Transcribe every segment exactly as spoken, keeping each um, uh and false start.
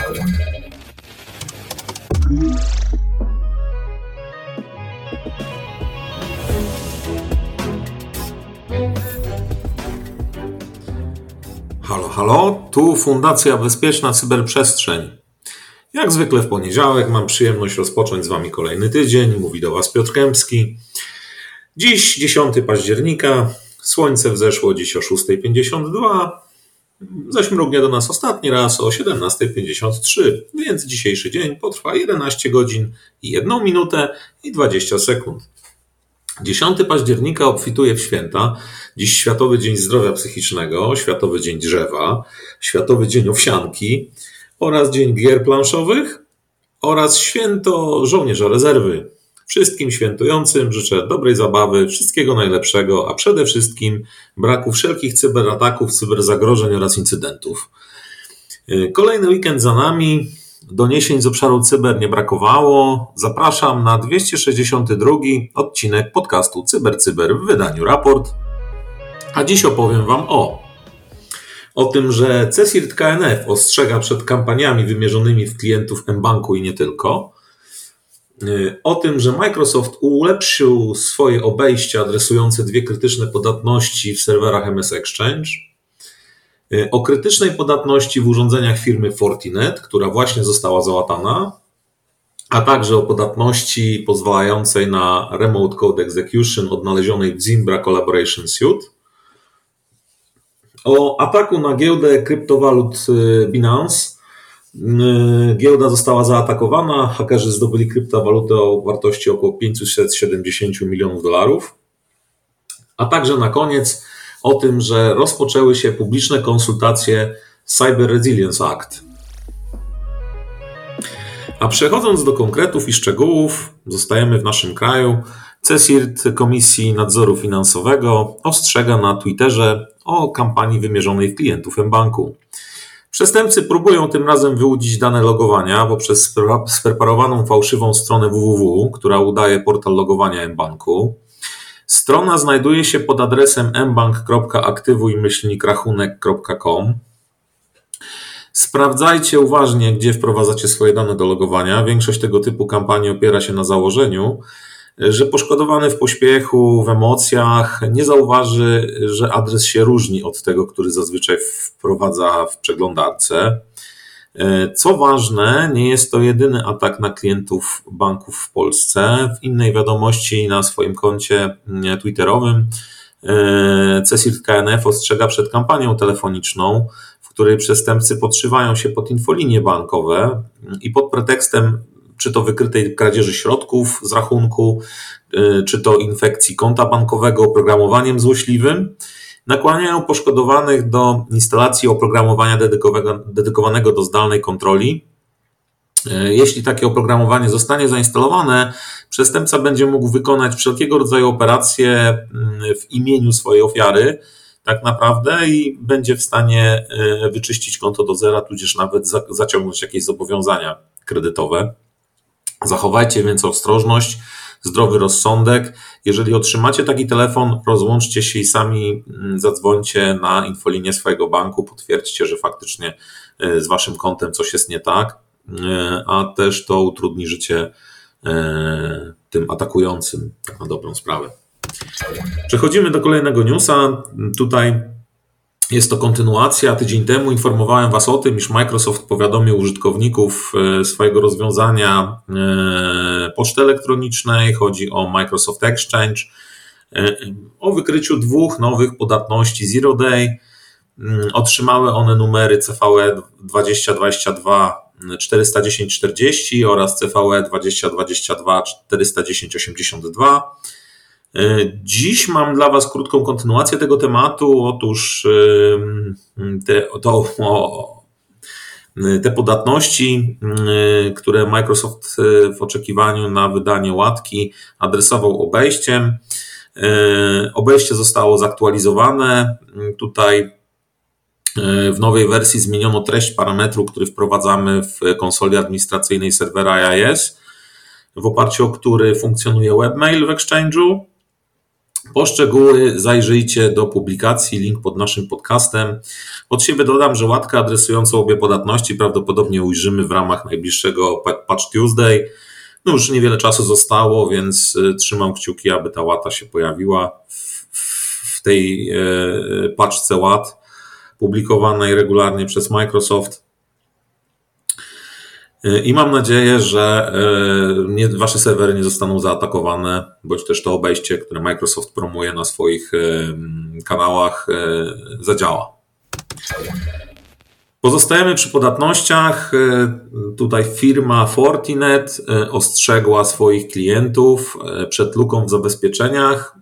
Halo, halo, tu Fundacja Bezpieczna Cyberprzestrzeń. Jak zwykle w poniedziałek mam przyjemność rozpocząć z Wami kolejny tydzień. Mówi do Was Piotr Kępski. Dziś dziesiątego października, słońce wzeszło dziś o szósta pięćdziesiąt dwa, zaś mrugnie do nas ostatni raz o siedemnasta pięćdziesiąt trzy, więc dzisiejszy dzień potrwa jedenaście godzin i jedną minutę i dwadzieścia sekund. dziesiątego października obfituje w święta. Dziś Światowy Dzień Zdrowia Psychicznego, Światowy Dzień Drzewa, Światowy Dzień Owsianki oraz Dzień Gier Planszowych oraz Święto Żołnierza Rezerwy. Wszystkim świętującym życzę dobrej zabawy, wszystkiego najlepszego, a przede wszystkim braku wszelkich cyberataków, cyberzagrożeń oraz incydentów. Kolejny weekend za nami. Doniesień z obszaru cyber nie brakowało. Zapraszam na dwieście sześćdziesiąty drugi odcinek podcastu Cyber Cyber w wydaniu Raport. A dziś opowiem Wam o o tym, że CSIRT K N F ostrzega przed kampaniami wymierzonymi w klientów mBanku i nie tylko. O tym, że Microsoft ulepszył swoje obejście adresujące dwie krytyczne podatności w serwerach M S Exchange. O krytycznej podatności w urządzeniach firmy Fortinet, która właśnie została załatana, a także o podatności pozwalającej na Remote Code Execution odnalezionej w Zimbra Collaboration Suite. O ataku na giełdę kryptowalut Binance. Giełda została zaatakowana, hakerzy zdobyli kryptowalutę o wartości około pięćset siedemdziesiąt milionów dolarów. A także na koniec o tym, że rozpoczęły się publiczne konsultacje Cyber Resilience Act. A przechodząc do konkretów i szczegółów, zostajemy w naszym kraju. CSIRT Komisji Nadzoru Finansowego ostrzega na Twitterze o kampanii wymierzonej w klientów mBanku. Przestępcy próbują tym razem wyłudzić dane logowania poprzez spreparowaną fałszywą stronę www, która udaje portal logowania mBanku. Strona znajduje się pod adresem mbank kropka aktywuj myślnik rachunek kropka com. Sprawdzajcie uważnie, gdzie wprowadzacie swoje dane do logowania. Większość tego typu kampanii opiera się na założeniu, że poszkodowany w pośpiechu, w emocjach nie zauważy, że adres się różni od tego, który zazwyczaj wprowadza w przeglądarce. Co ważne, nie jest to jedyny atak na klientów banków w Polsce. W innej wiadomości na swoim koncie twitterowym CSIRT K N F ostrzega przed kampanią telefoniczną, w której przestępcy podszywają się pod infolinie bankowe i pod pretekstem czy to wykrytej kradzieży środków z rachunku, czy to infekcji konta bankowego oprogramowaniem złośliwym, nakłaniają poszkodowanych do instalacji oprogramowania dedykowanego do zdalnej kontroli. Jeśli takie oprogramowanie zostanie zainstalowane, przestępca będzie mógł wykonać wszelkiego rodzaju operacje w imieniu swojej ofiary, tak naprawdę, i będzie w stanie wyczyścić konto do zera, tudzież nawet zaciągnąć jakieś zobowiązania kredytowe. Zachowajcie więc ostrożność, zdrowy rozsądek. Jeżeli otrzymacie taki telefon, rozłączcie się i sami zadzwońcie na infolinię swojego banku, potwierdźcie, że faktycznie z waszym kontem coś jest nie tak, a też to utrudni życie tym atakującym, tak na dobrą sprawę. Przechodzimy do kolejnego newsa. Tutaj jest to kontynuacja. Tydzień temu informowałem Was o tym, iż Microsoft powiadomił użytkowników swojego rozwiązania poczty elektronicznej. Chodzi o Microsoft Exchange. O wykryciu dwóch nowych podatności Zero Day. Otrzymały one numery C V E dwadzieścia dwadzieścia dwa czterysta dziesięć czterdzieści oraz C V E dwadzieścia dwadzieścia dwa czterysta dziesięć osiemdziesiąt dwa. Dziś mam dla Was krótką kontynuację tego tematu. Otóż te, to, te podatności, które Microsoft w oczekiwaniu na wydanie łatki adresował obejściem. Obejście zostało zaktualizowane. Tutaj w nowej wersji zmieniono treść parametru, który wprowadzamy w konsoli administracyjnej serwera I I S, w oparciu o który funkcjonuje webmail w Exchange'u. Po szczegóły zajrzyjcie do publikacji, link pod naszym podcastem. Od siebie dodam, że łatkę adresującą obie podatności prawdopodobnie ujrzymy w ramach najbliższego Patch Tuesday. No już niewiele czasu zostało, więc trzymam kciuki, aby ta łata się pojawiła w tej paczce łat publikowanej regularnie przez Microsoft. I mam nadzieję, że nie, wasze serwery nie zostaną zaatakowane, bądź też to obejście, które Microsoft promuje na swoich kanałach, zadziała. Pozostajemy przy podatnościach. Tutaj firma Fortinet ostrzegła swoich klientów przed luką w zabezpieczeniach,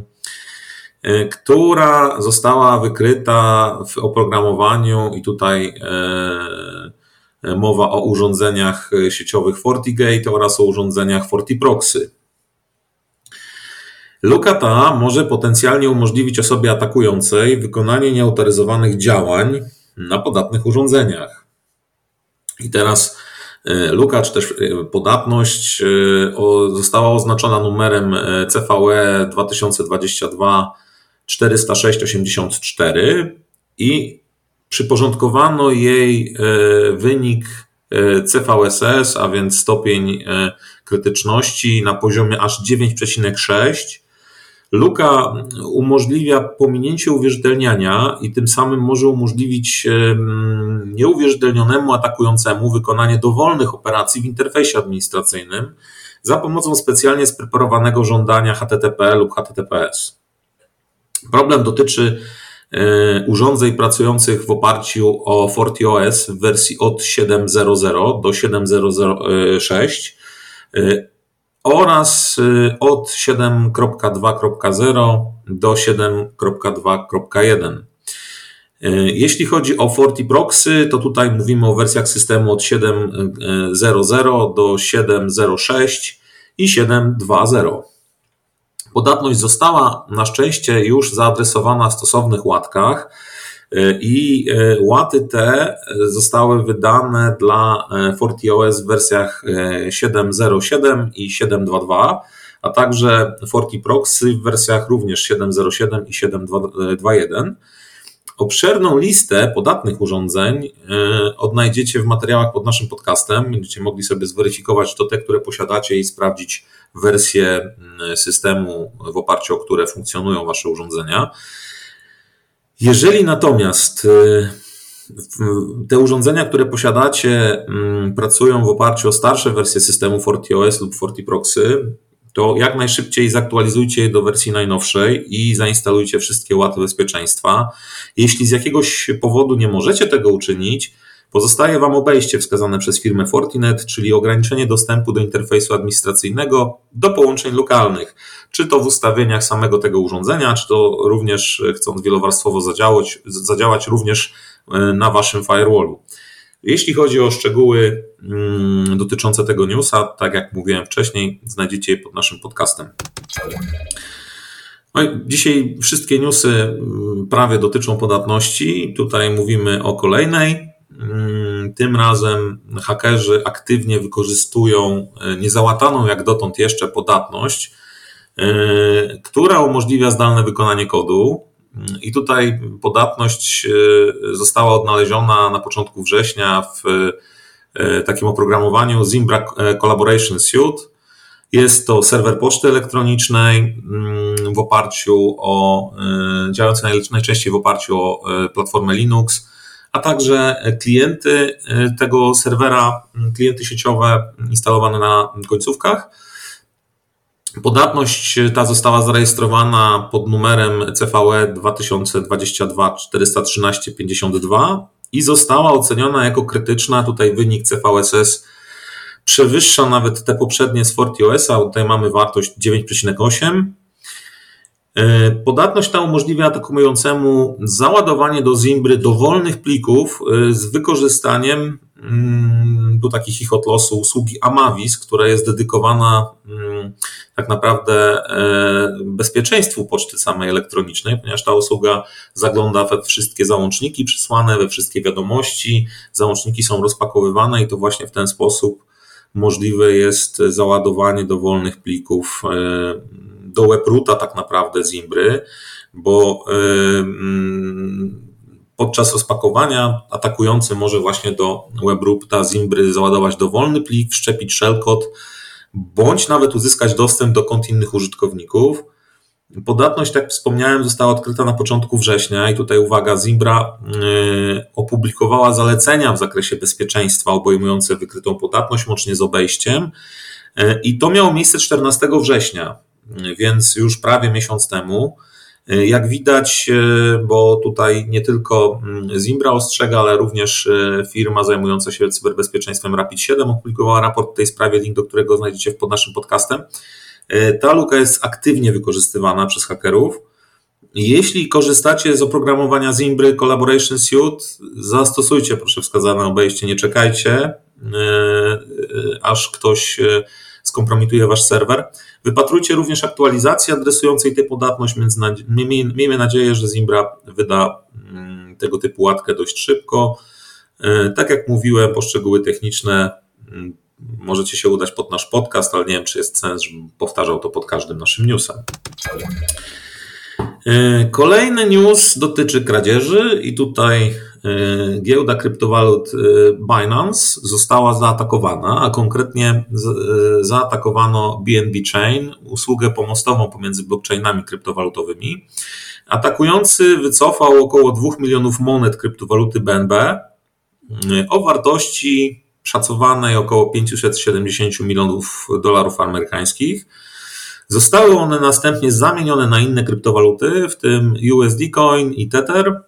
która została wykryta w oprogramowaniu i tutaj mowa o urządzeniach sieciowych FortiGate oraz o urządzeniach FortiProxy. Luka ta może potencjalnie umożliwić osobie atakującej wykonanie nieautoryzowanych działań na podatnych urządzeniach. I teraz luka, czy też podatność została oznaczona numerem C V E dwa tysiące dwadzieścia dwa czterysta sześć osiemdziesiąt cztery i przyporządkowano jej wynik C V S S, a więc stopień krytyczności na poziomie aż dziewięć przecinek sześć. Luka umożliwia pominięcie uwierzytelniania i tym samym może umożliwić nieuwierzytelnionemu atakującemu wykonanie dowolnych operacji w interfejsie administracyjnym za pomocą specjalnie spreparowanego żądania H T T P lub H T T P S. Problem dotyczy urządzeń pracujących w oparciu o FortiOS w wersji od siedem zero zero do siedem zero zero sześć oraz od siedem kropka dwa kropka zero do siedem kropka dwa kropka jeden. Jeśli chodzi o FortiProxy, to tutaj mówimy o wersjach systemu od siedem zero zero do siedem zero sześć i siedem dwa zero. Podatność została na szczęście już zaadresowana w stosownych łatkach i łaty te zostały wydane dla FortiOS w wersjach siedem zero siedem i siedem dwa dwa, a także FortiProxy w wersjach również siedem zero siedem i siedem dwa jeden. Obszerną listę podatnych urządzeń odnajdziecie w materiałach pod naszym podcastem. Będziecie mogli sobie zweryfikować to te, które posiadacie i sprawdzić wersję systemu, w oparciu o które funkcjonują wasze urządzenia. Jeżeli natomiast te urządzenia, które posiadacie, pracują w oparciu o starsze wersje systemu FortiOS lub FortiProxy, to jak najszybciej zaktualizujcie je do wersji najnowszej i zainstalujcie wszystkie łaty bezpieczeństwa. Jeśli z jakiegoś powodu nie możecie tego uczynić, pozostaje wam obejście wskazane przez firmę Fortinet, czyli ograniczenie dostępu do interfejsu administracyjnego do połączeń lokalnych, czy to w ustawieniach samego tego urządzenia, czy to również, chcąc wielowarstwowo zadziałać, zadziałać również na waszym firewallu. Jeśli chodzi o szczegóły dotyczące tego newsa, tak jak mówiłem wcześniej, znajdziecie je pod naszym podcastem. No i dzisiaj wszystkie newsy prawie dotyczą podatności. Tutaj mówimy o kolejnej. Tym razem hakerzy aktywnie wykorzystują niezałataną jak dotąd jeszcze podatność, która umożliwia zdalne wykonanie kodu. I tutaj podatność została odnaleziona na początku września w takim oprogramowaniu Zimbra Collaboration Suite. Jest to serwer poczty elektronicznej w oparciu o, działający najczęściej w oparciu o platformę Linux, a także klienty tego serwera, klienty sieciowe instalowane na końcówkach. Podatność ta została zarejestrowana pod numerem C V E dwa tysiące dwadzieścia dwa czterysta trzynaście pięćdziesiąt dwa i została oceniona jako krytyczna. Tutaj wynik C V S S przewyższa nawet te poprzednie z FortiOS-a. Tutaj mamy wartość dziewięć przecinek osiem. Podatność ta umożliwia atakującemu załadowanie do Zimbry dowolnych plików z wykorzystaniem do takich ich od losu usługi Amavis, która jest dedykowana tak naprawdę bezpieczeństwu poczty samej elektronicznej, ponieważ ta usługa zagląda we wszystkie załączniki przysłane, we wszystkie wiadomości. Załączniki są rozpakowywane i to właśnie w ten sposób możliwe jest załadowanie dowolnych plików do webroota tak naprawdę Zimbry, bo podczas rozpakowania atakujący może właśnie do webroota Zimbry załadować dowolny plik, wszczepić shellcode, bądź nawet uzyskać dostęp do kont innych użytkowników. Podatność, tak jak wspomniałem, została odkryta na początku września i tutaj uwaga, Zimbra yy, opublikowała zalecenia w zakresie bezpieczeństwa obejmujące wykrytą podatność łącznie z obejściem yy, i to miało miejsce czternastego września, yy, więc już prawie miesiąc temu. Yy, jak widać, yy, bo tutaj nie tylko Zimbra ostrzega, ale również yy, firma zajmująca się cyberbezpieczeństwem Rapid siedem opublikowała raport w tej sprawie, link do którego znajdziecie pod naszym podcastem. Ta luka jest aktywnie wykorzystywana przez hakerów. Jeśli korzystacie z oprogramowania Zimbry Collaboration Suite, zastosujcie proszę wskazane obejście, nie czekajcie, aż ktoś skompromituje wasz serwer. Wypatrujcie również aktualizacji adresującej tę podatność. Miejmy nadzieję, że Zimbra wyda tego typu łatkę dość szybko. Tak jak mówiłem, poszczegóły techniczne możecie się udać pod nasz podcast, ale nie wiem, czy jest sens, żebym powtarzał to pod każdym naszym newsem. Kolejny news dotyczy kradzieży i tutaj giełda kryptowalut Binance została zaatakowana, a konkretnie zaatakowano B N B Chain, usługę pomostową pomiędzy blockchainami kryptowalutowymi. Atakujący wycofał około dwóch milionów monet kryptowaluty B N B o wartości szacowanej około pięćset siedemdziesiąt milionów dolarów amerykańskich. Zostały one następnie zamienione na inne kryptowaluty, w tym U S D Coin i Tether.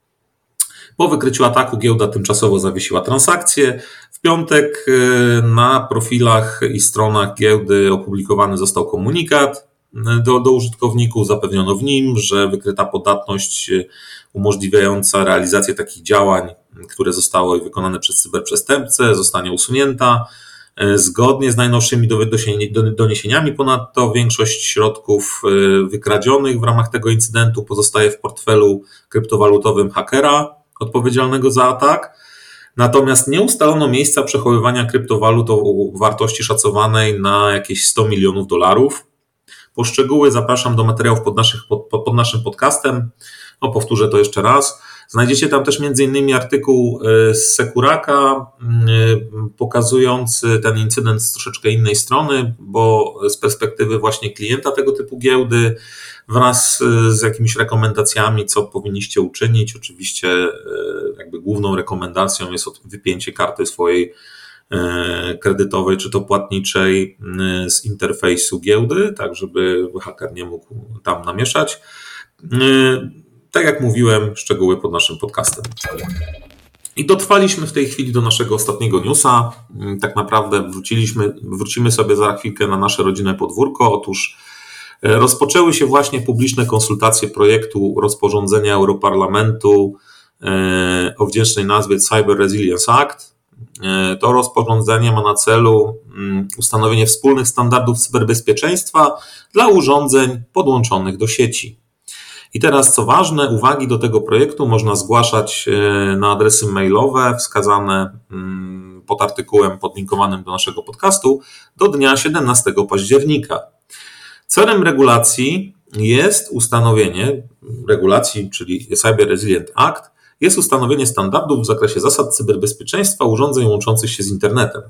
Po wykryciu ataku giełda tymczasowo zawiesiła transakcje. W piątek na profilach i stronach giełdy opublikowany został komunikat do, do użytkowników. Zapewniono w nim, że wykryta podatność umożliwiająca realizację takich działań, które zostały wykonane przez cyberprzestępcę, zostanie usunięta. Zgodnie z najnowszymi doniesieniami ponadto większość środków wykradzionych w ramach tego incydentu pozostaje w portfelu kryptowalutowym hakera odpowiedzialnego za atak. Natomiast nie ustalono miejsca przechowywania kryptowalut o wartości szacowanej na jakieś sto milionów dolarów. Po szczegóły zapraszam do materiałów pod, naszych, pod, pod naszym podcastem. No, powtórzę to jeszcze raz. Znajdziecie tam też między innymi artykuł z Securaka pokazujący ten incydent z troszeczkę innej strony, bo z perspektywy właśnie klienta tego typu giełdy wraz z jakimiś rekomendacjami, co powinniście uczynić. Oczywiście jakby główną rekomendacją jest wypięcie karty swojej kredytowej czy to płatniczej z interfejsu giełdy, tak żeby haker nie mógł tam namieszać. Tak jak mówiłem, szczegóły pod naszym podcastem. I dotrwaliśmy w tej chwili do naszego ostatniego newsa. Tak naprawdę wróciliśmy, wrócimy sobie za chwilkę na nasze rodzinne podwórko. Otóż rozpoczęły się właśnie publiczne konsultacje projektu rozporządzenia Europarlamentu o wdzięcznej nazwie Cyber Resilience Act. To rozporządzenie ma na celu ustanowienie wspólnych standardów cyberbezpieczeństwa dla urządzeń podłączonych do sieci. I teraz, co ważne, uwagi do tego projektu można zgłaszać na adresy mailowe wskazane pod artykułem podlinkowanym do naszego podcastu do dnia siedemnastego października. Celem regulacji jest ustanowienie, regulacji, czyli Cyber Resilient Act, jest ustanowienie standardów w zakresie zasad cyberbezpieczeństwa urządzeń łączących się z internetem.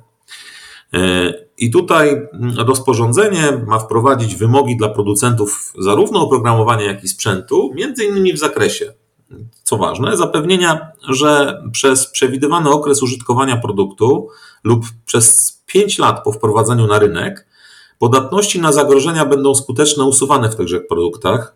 I tutaj rozporządzenie ma wprowadzić wymogi dla producentów zarówno oprogramowania, jak i sprzętu, między innymi w zakresie, co ważne, zapewnienia, że przez przewidywany okres użytkowania produktu lub przez pięć lat po wprowadzeniu na rynek podatności na zagrożenia będą skutecznie usuwane w tychże produktach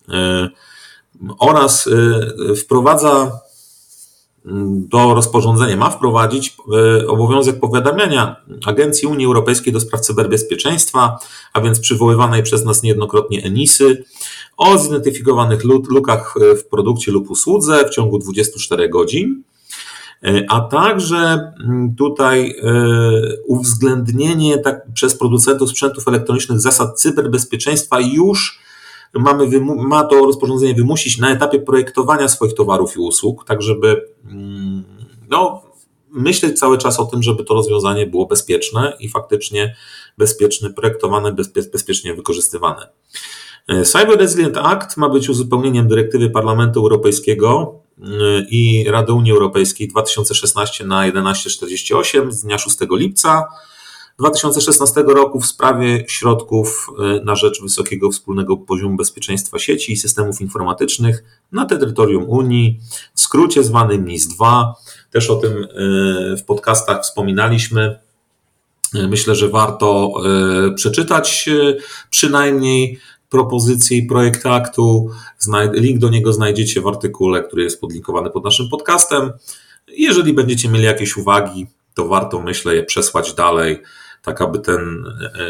oraz wprowadza do rozporządzenia ma wprowadzić obowiązek powiadamiania Agencji Unii Europejskiej do spraw cyberbezpieczeństwa, a więc przywoływanej przez nas niejednokrotnie ENISY, o zidentyfikowanych lukach w produkcie lub usłudze w ciągu dwudziestu czterech godzin, a także tutaj uwzględnienie tak, przez producentów sprzętów elektronicznych zasad cyberbezpieczeństwa już Mamy, ma to rozporządzenie wymusić na etapie projektowania swoich towarów i usług, tak żeby no, myśleć cały czas o tym, żeby to rozwiązanie było bezpieczne i faktycznie bezpiecznie projektowane, bezpie, bezpiecznie wykorzystywane. Cyber Resilient Act ma być uzupełnieniem dyrektywy Parlamentu Europejskiego i Rady Unii Europejskiej dwa tysiące szesnaście na tysiąc sto czterdzieści osiem z dnia szóstego lipca dwa tysiące szesnastego roku w sprawie środków na rzecz wysokiego wspólnego poziomu bezpieczeństwa sieci i systemów informatycznych na terytorium Unii, w skrócie zwany N I S dwa. Też o tym w podcastach wspominaliśmy. Myślę, że warto przeczytać przynajmniej propozycje i projekt aktu. Link do niego znajdziecie w artykule, który jest podlinkowany pod naszym podcastem. Jeżeli będziecie mieli jakieś uwagi, to warto, myślę, je przesłać dalej, tak aby ten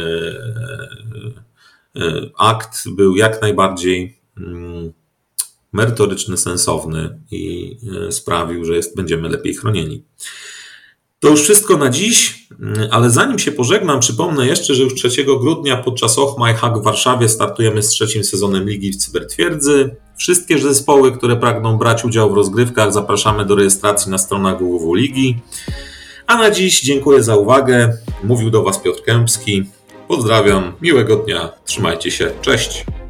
akt był jak najbardziej merytoryczny, sensowny i sprawił, że jest, będziemy lepiej chronieni. To już wszystko na dziś, ale zanim się pożegnam, przypomnę jeszcze, że już trzeciego grudnia podczas Och My Hack w Warszawie startujemy z trzecim sezonem Ligi w Cybertwierdzy. Wszystkie zespoły, które pragną brać udział w rozgrywkach, zapraszamy do rejestracji na stronach w w w Ligi. A na dziś dziękuję za uwagę. Mówił do Was Piotr Kępski. Pozdrawiam, miłego dnia, trzymajcie się, cześć.